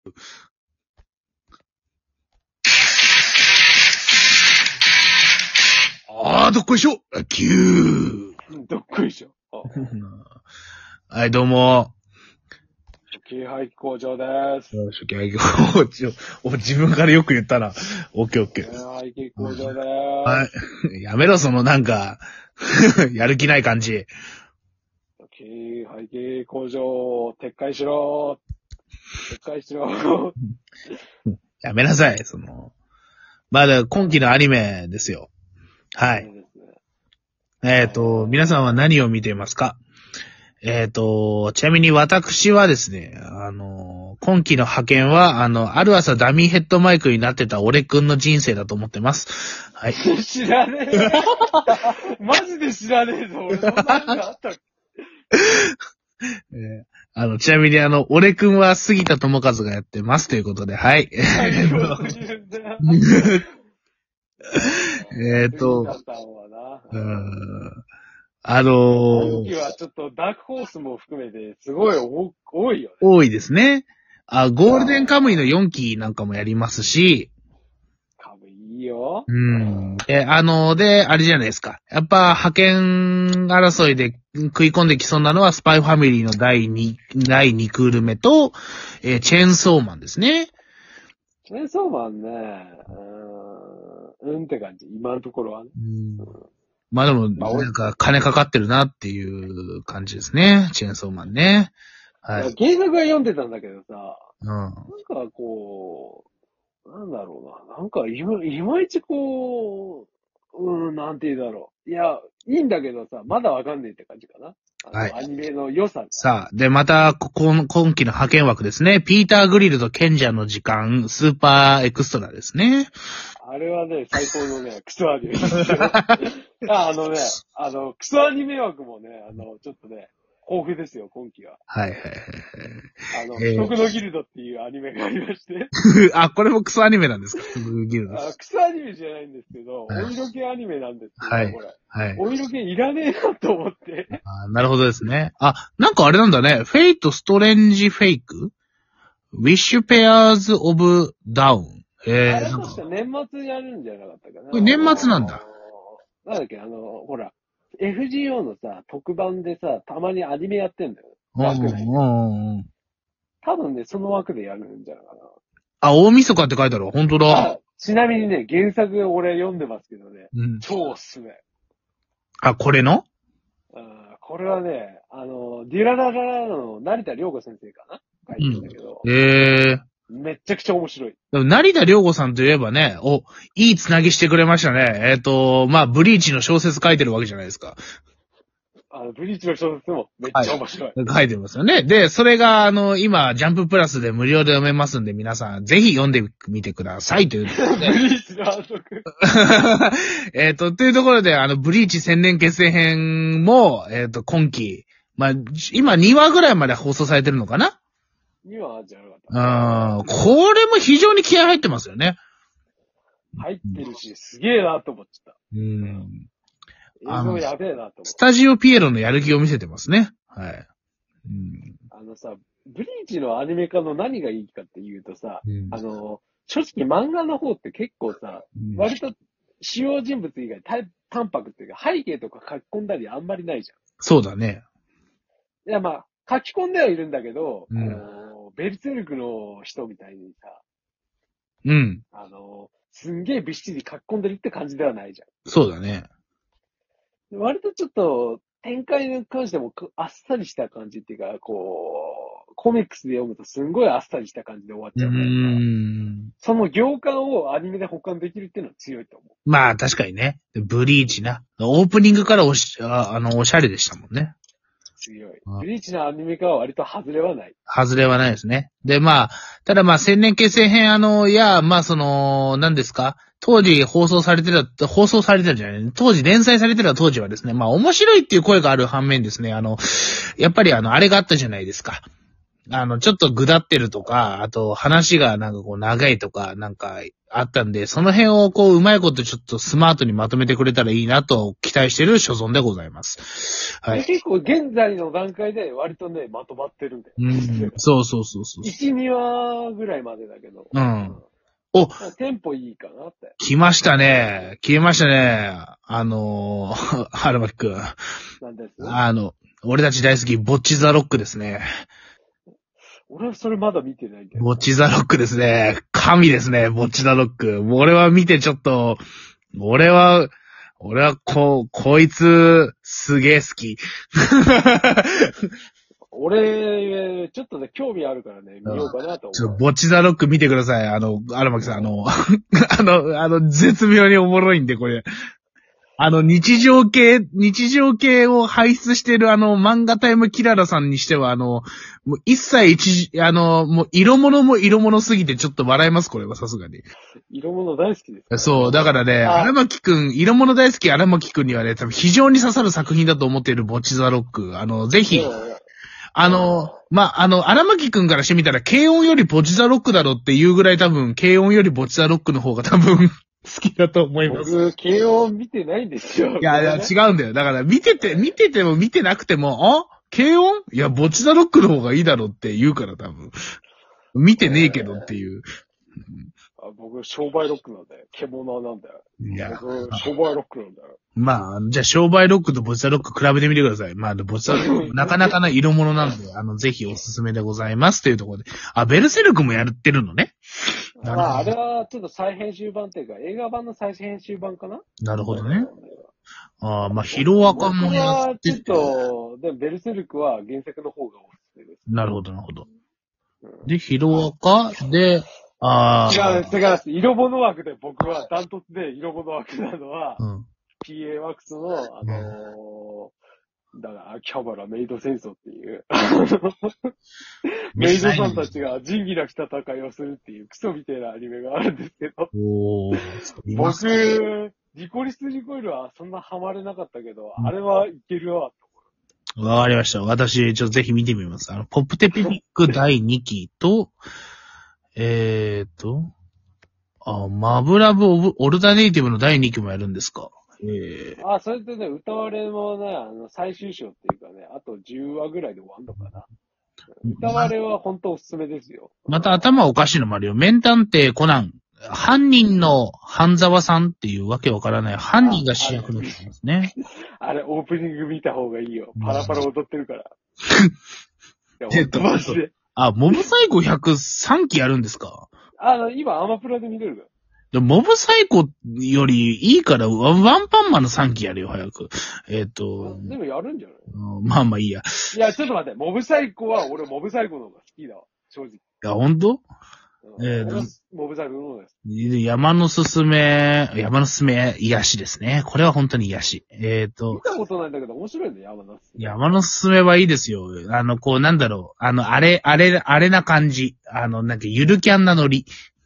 どっこいしょキューどっこいしょ。 はい、どうも。 初期排気工場です。 初期排気工場。自分からよく言ったな。オッケーオッケー。 初期排気工場です。 はい。やめろ、そのなんか、やる気ない感じ。 初期排気工場、撤回しろ。撤回しろ。 やめなさい、まだ今期のアニメですよ。はい。皆さんは何を見ていますか？ちなみに私はですね、今期の派遣は、ある朝ダミーヘッドマイクになってた俺くんの人生だと思ってます。はい。 知らねえ。マジで知らねえぞ。俺そんな話あったっけ？ちなみに俺くんは杉田智和がやってますということで、はい。 今期はちょっとダークホースも含めてすごい多いよね。 多いですね。ゴールデンカムイの4期なんかもやりますし。 カムイいいよ。 で、あれじゃないですか。やっぱ派遣争いで食い込んできそうなのはスパイファミリーの第2クール目と、チェーンソーマンですね。 チェーンソーマンね、って感じ。今のところはね。 まあでも、なんか金かかってるなっていう感じですね。チェーンソーマンね。はい。 原作は読んでたんだけどさ、 なんかこう、なんだろうな。なんかいまいちこう、なんて言うんだろう。いや、いいんだけどさ、まだわかんねえって感じかな。はい。アニメの良さ。 さあ、で、また、今期の派遣枠ですね。ピーター・グリルと賢者の時間、スーパーエクストラですね。 あれはね、最高のね、クソアニメですよ。クソアニメ枠もね、ちょっとね、豊富ですよ、今期は。 はいはいはい。 不徳のギルドっていうアニメがありまして。 これもクソアニメなんですか？不徳のギルド。 クソアニメじゃないんですけど、お色気アニメなんですけど、 はい、 これ。 はい。 お色気いらねえなと思って。 なるほどですね。なんかあれなんだね。フェイト・ストレンジ・フェイク？ウィッシュ・ペアーズ・オブ・ダウン。 あれ確か年末やるんじゃなかったかな。 これ年末なんだ。 なんだっけ、ほら、FGO のさ、特番でさ、たまにアニメやってんだよ。枠内で。多分ね、その枠でやるんじゃないかな。 大晦日って書いてあるわ。ほんとだ。 ちなみにね、原作俺読んでますけどね。超おすすめ。 これの？ これはね、デュララララの成田涼子先生かな書いてるんだけど。めっちゃくちゃ面白い。 成田涼子さんといえばね、いいつなぎしてくれましたね。ブリーチの小説書いてるわけじゃないですか。 ブリーチの小説もめっちゃ面白い。 書いてますよね。で、それが、今、ジャンププラスで無料で読めますんで、皆さん、ぜひ読んでみてください、ということで。 ブリーチの反則。 というところで、ブリーチ千年決戦編も、今期、今2話ぐらいまで放送されてるのかな ?2 話じゃなかった。 これも非常に気合入ってますよね。 入ってるし、すげえなと思っちゃった。映像やべえなと思って。 スタジオピエロのやる気を見せてますね。はい。 ブリーチのアニメ化の何がいいかっていうとさ、正直漫画の方って結構さ、割と主要人物以外淡白っていうか背景とか書き込んだりあんまりないじゃん。 そうだね。 いや書き込んではいるんだけど、ベルセルクの人みたいにさ、すんげえびっしり書き込んでるって感じではないじゃん。 そうだね。 割とちょっと展開に関してもあっさりした感じっていうか、コミックスで読むとすんごいあっさりした感じで終わっちゃうから、その行間をアニメで保管できるっていうのは強いと思う。 確かにね。ブリーチな。オープニングからおしゃれでしたもんね。 強い。ブリーチのアニメ化は割と外れはない。 外れはないですね。で、ただ千年決戦編何ですか当時放送されてたじゃない、当時連載されてた当時はですね、面白いっていう声がある反面ですね、やっぱりあれがあったじゃないですか。 ちょっとぐだってるとか、あと話がなんかこう長いとか、なんかあったんで、その辺をこううまいことちょっとスマートにまとめてくれたらいいなと期待している所存でございます。はい。 結構現在の段階で割とね、まとまってるんだよ。 そうそうそうそう。 1、2話ぐらいまでだけど。 うん。お、 テンポいいかなって。 来ましたね。来ましたね。春巻くん。 なんです俺たち大好き、ボッチザロックですね。 俺はそれまだ見てないけど。 ボッチザロックですね。神ですね、ボッチザロック。俺は見てちょっと、俺はこいつ、すげえ好き。 俺、ちょっとね、興味あるからね、見ようかなと思う。 ボッチザロック見てください。荒牧さん、絶妙におもろいんで、これ。日常系を輩出してる漫画タイムキララさんにしてはもう一切もう色物すぎてちょっと笑えます、これはさすがに。 色物大好きです、ね。 そう、だからね、荒牧くん、色物大好き荒牧くんにはね、多分非常に刺さる作品だと思っているボッチザロック。ぜひ、荒牧くんからしてみたら、軽音よりボッチザロックだろっていうぐらい多分、軽音よりボッチザロックの方が多分、好きだと思います。 僕、軽音見てないんですよ。 いや、違うんだよ。だから、見てても見てなくても、軽音いや、ボッチザロックの方がいいだろって言うから、多分。見てねえけどっていう。 僕、商売ロックなんだよ。獣なんだよ。 いや。 僕、商売ロックなんだよ。 まあ、じゃあ、商売ロックとボチザロック比べてみてください。まあ、ボチザロック、なかなかな色物なんで、ぜひおすすめでございますというところで。ベルセルクもやってるのね。 あれは、ちょっと再編集版っていうか、映画版の再編集版かな？ なるほどね。ヒロアカもやってて。ちょっと、でも、ベルセルクは原作の方がおすすめです。 なるほど、なるほど。で、ヒロアカで、 違う。色物枠で僕はダントツで色物枠なのは、PA ワークスの、だから、秋葉原メイド戦争っていう、メイドさんたちが仁義なき戦いをするっていうクソみたいなアニメがあるんですけど、僕、リコリス・リコイルはそんなハマれなかったけど、あれはいけるわ、と。 わかりました。私、ちょっとぜひ見てみます。ポップテピピック第2期と、マブラブオルタネイティブの第2期もやるんですか？ それとね、歌われもね、最終章っていうかね、あと10話ぐらいで終わんのかな。歌われは本当おすすめですよ。 また頭おかしいのもあるよ。名探偵コナン。犯人の半沢さんっていうわけわからない犯人が主役の人ですね。 あれ、オープニング見た方がいいよ。パラパラ踊ってるから。 モブサイコ103期やるんですか？ 今、アマプラで見れるから。 でもモブサイコよりいいから、ワンパンマンの3期やるよ、早く。 でもやるんじゃない？ まあいいや。 いや、ちょっと待って。モブサイコは、俺モブサイコの方が好きだわ。正直。いや、ほんと？ モブサイコの方が好き。山のすすめ、癒しですね。これは本当に癒し。 見たことないんだけど、面白いね、山のすすめ。 山のすすめはいいですよ。こう、なんだろう。あれな感じ。なんか、ゆるキャンなノリ。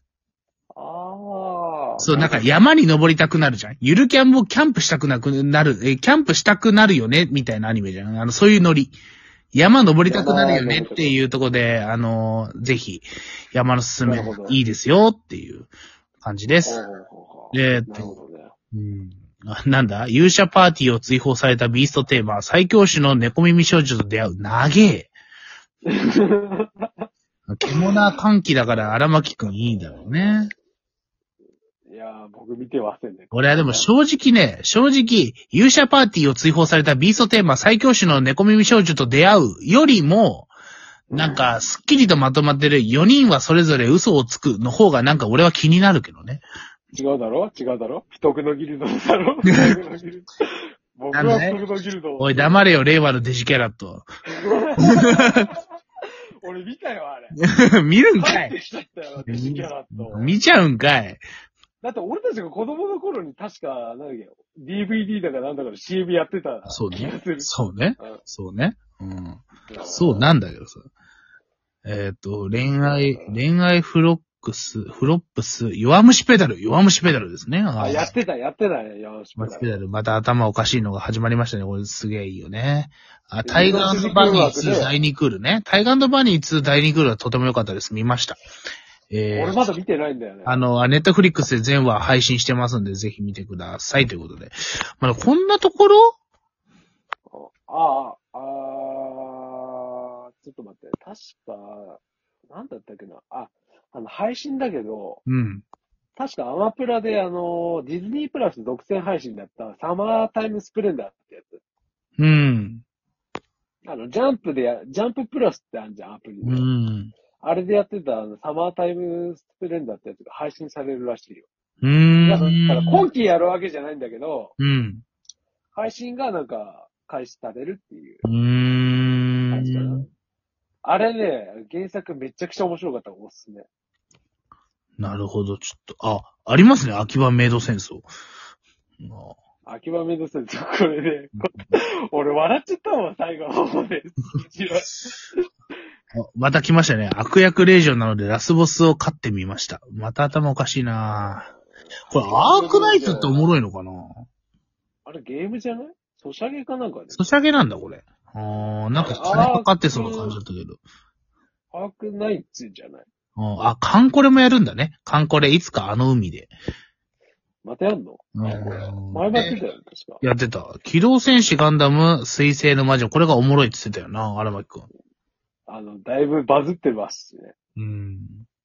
そう、なんか山に登りたくなるじゃん。ゆるキャンもキャンプしたくなる、キャンプしたくなるよね、みたいなアニメじゃん。そういうノリ。山登りたくなるよねっていうところで、ぜひ、山のすすめいいですよっていう感じです。なんだ勇者パーティーを追放されたビーストテーマ、最強種の猫耳少女と出会う。長え。獣歓喜だから荒牧くんいいんだろうね。 いやー、僕見てませんね。 俺はでも正直、勇者パーティーを追放されたビーストテーマ、最強種の猫耳少女と出会うよりも、なんか、すっきりとまとまってる4人はそれぞれ嘘をつくの方がなんか俺は気になるけどね。 違うだろ不徳のギルドだろ僕は不徳のギルド。 おい、黙れよ、令和のデジキャラット。 俺見たよ、あれ。見るんかい。 デジキャラット。 見ちゃうんかい。 だって俺たちが子供の頃に確か、なんだっけ、DVD だかなんだかの CM やってた。 そうね。そうね。うん。そうなんだけどさ。恋愛フロッフロップス、弱虫ペダルですね。 やってたね、弱虫ペダル。また頭おかしいのが始まりましたね。これすげえいいよね。タイガー&バニー2第2クールね。タイガー&バニー2第2クールはとても良かったです。見ました。 俺まだ見てないんだよね。 ネットフリックスで全話配信してますんで、ぜひ見てくださいということで。まだこんなところちょっと待って。確か、なんだったっけな。配信だけど、 うん。 確かアマプラでディズニープラス独占配信だったサマータイムスプレンダーってやつ。 うん。 ジャンププラスってあるじゃん、アプリで。 うん。 あれでやってたサマータイムスプレンダーってやつが配信されるらしいよ。だから今期やるわけじゃないんだけど、 うん。 配信がなんか開始されるっていう感じかな。あれね、原作めちゃくちゃ面白かったからおすすめ。 なるほど、ちょっと、ありますね、秋葉メイド戦争。 秋葉メイド戦争、これね、俺笑っちゃったもん、最後の方で。 また来ましたね。悪役令嬢なのでラスボスを飼ってみました。また頭おかしいなぁ。これアークナイツっておもろいのかな？ あれゲームじゃない？ソシャゲかなんかね。 ソシャゲなんだ、これ。なんか金かかってそうな感じだったけど。 アークナイツじゃない？ カンコレもやるんだね。カンコレ、いつかあの海で。 またやんの？前もやってたよ、確か。 やってた。機動戦士ガンダム、水星の魔女。これがおもろいって言ってたよな、荒牧くん。 だいぶバズってますしね。 うん。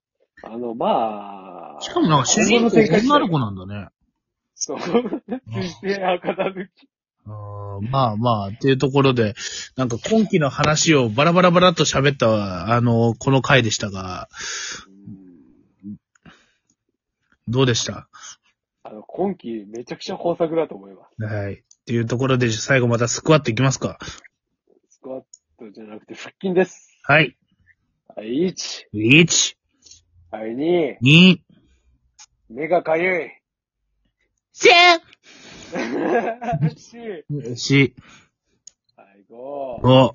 まあ。 しかもなんか主人公女の子なんだね。 そう。水星赤だ抜き。 まあ、っていうところで、なんか今期の話をバラバラっと喋った、この回でしたが、どうでした？ 今期めちゃくちゃ豊作だと思います。 はい。っていうところで、最後またスクワットいきますか？ スクワットじゃなくて腹筋です。 はい。 はい、 1。 はい、2。目がかゆい。 4。 はい、5。 はい、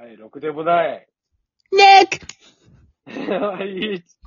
6でもない。 ネックはい、1。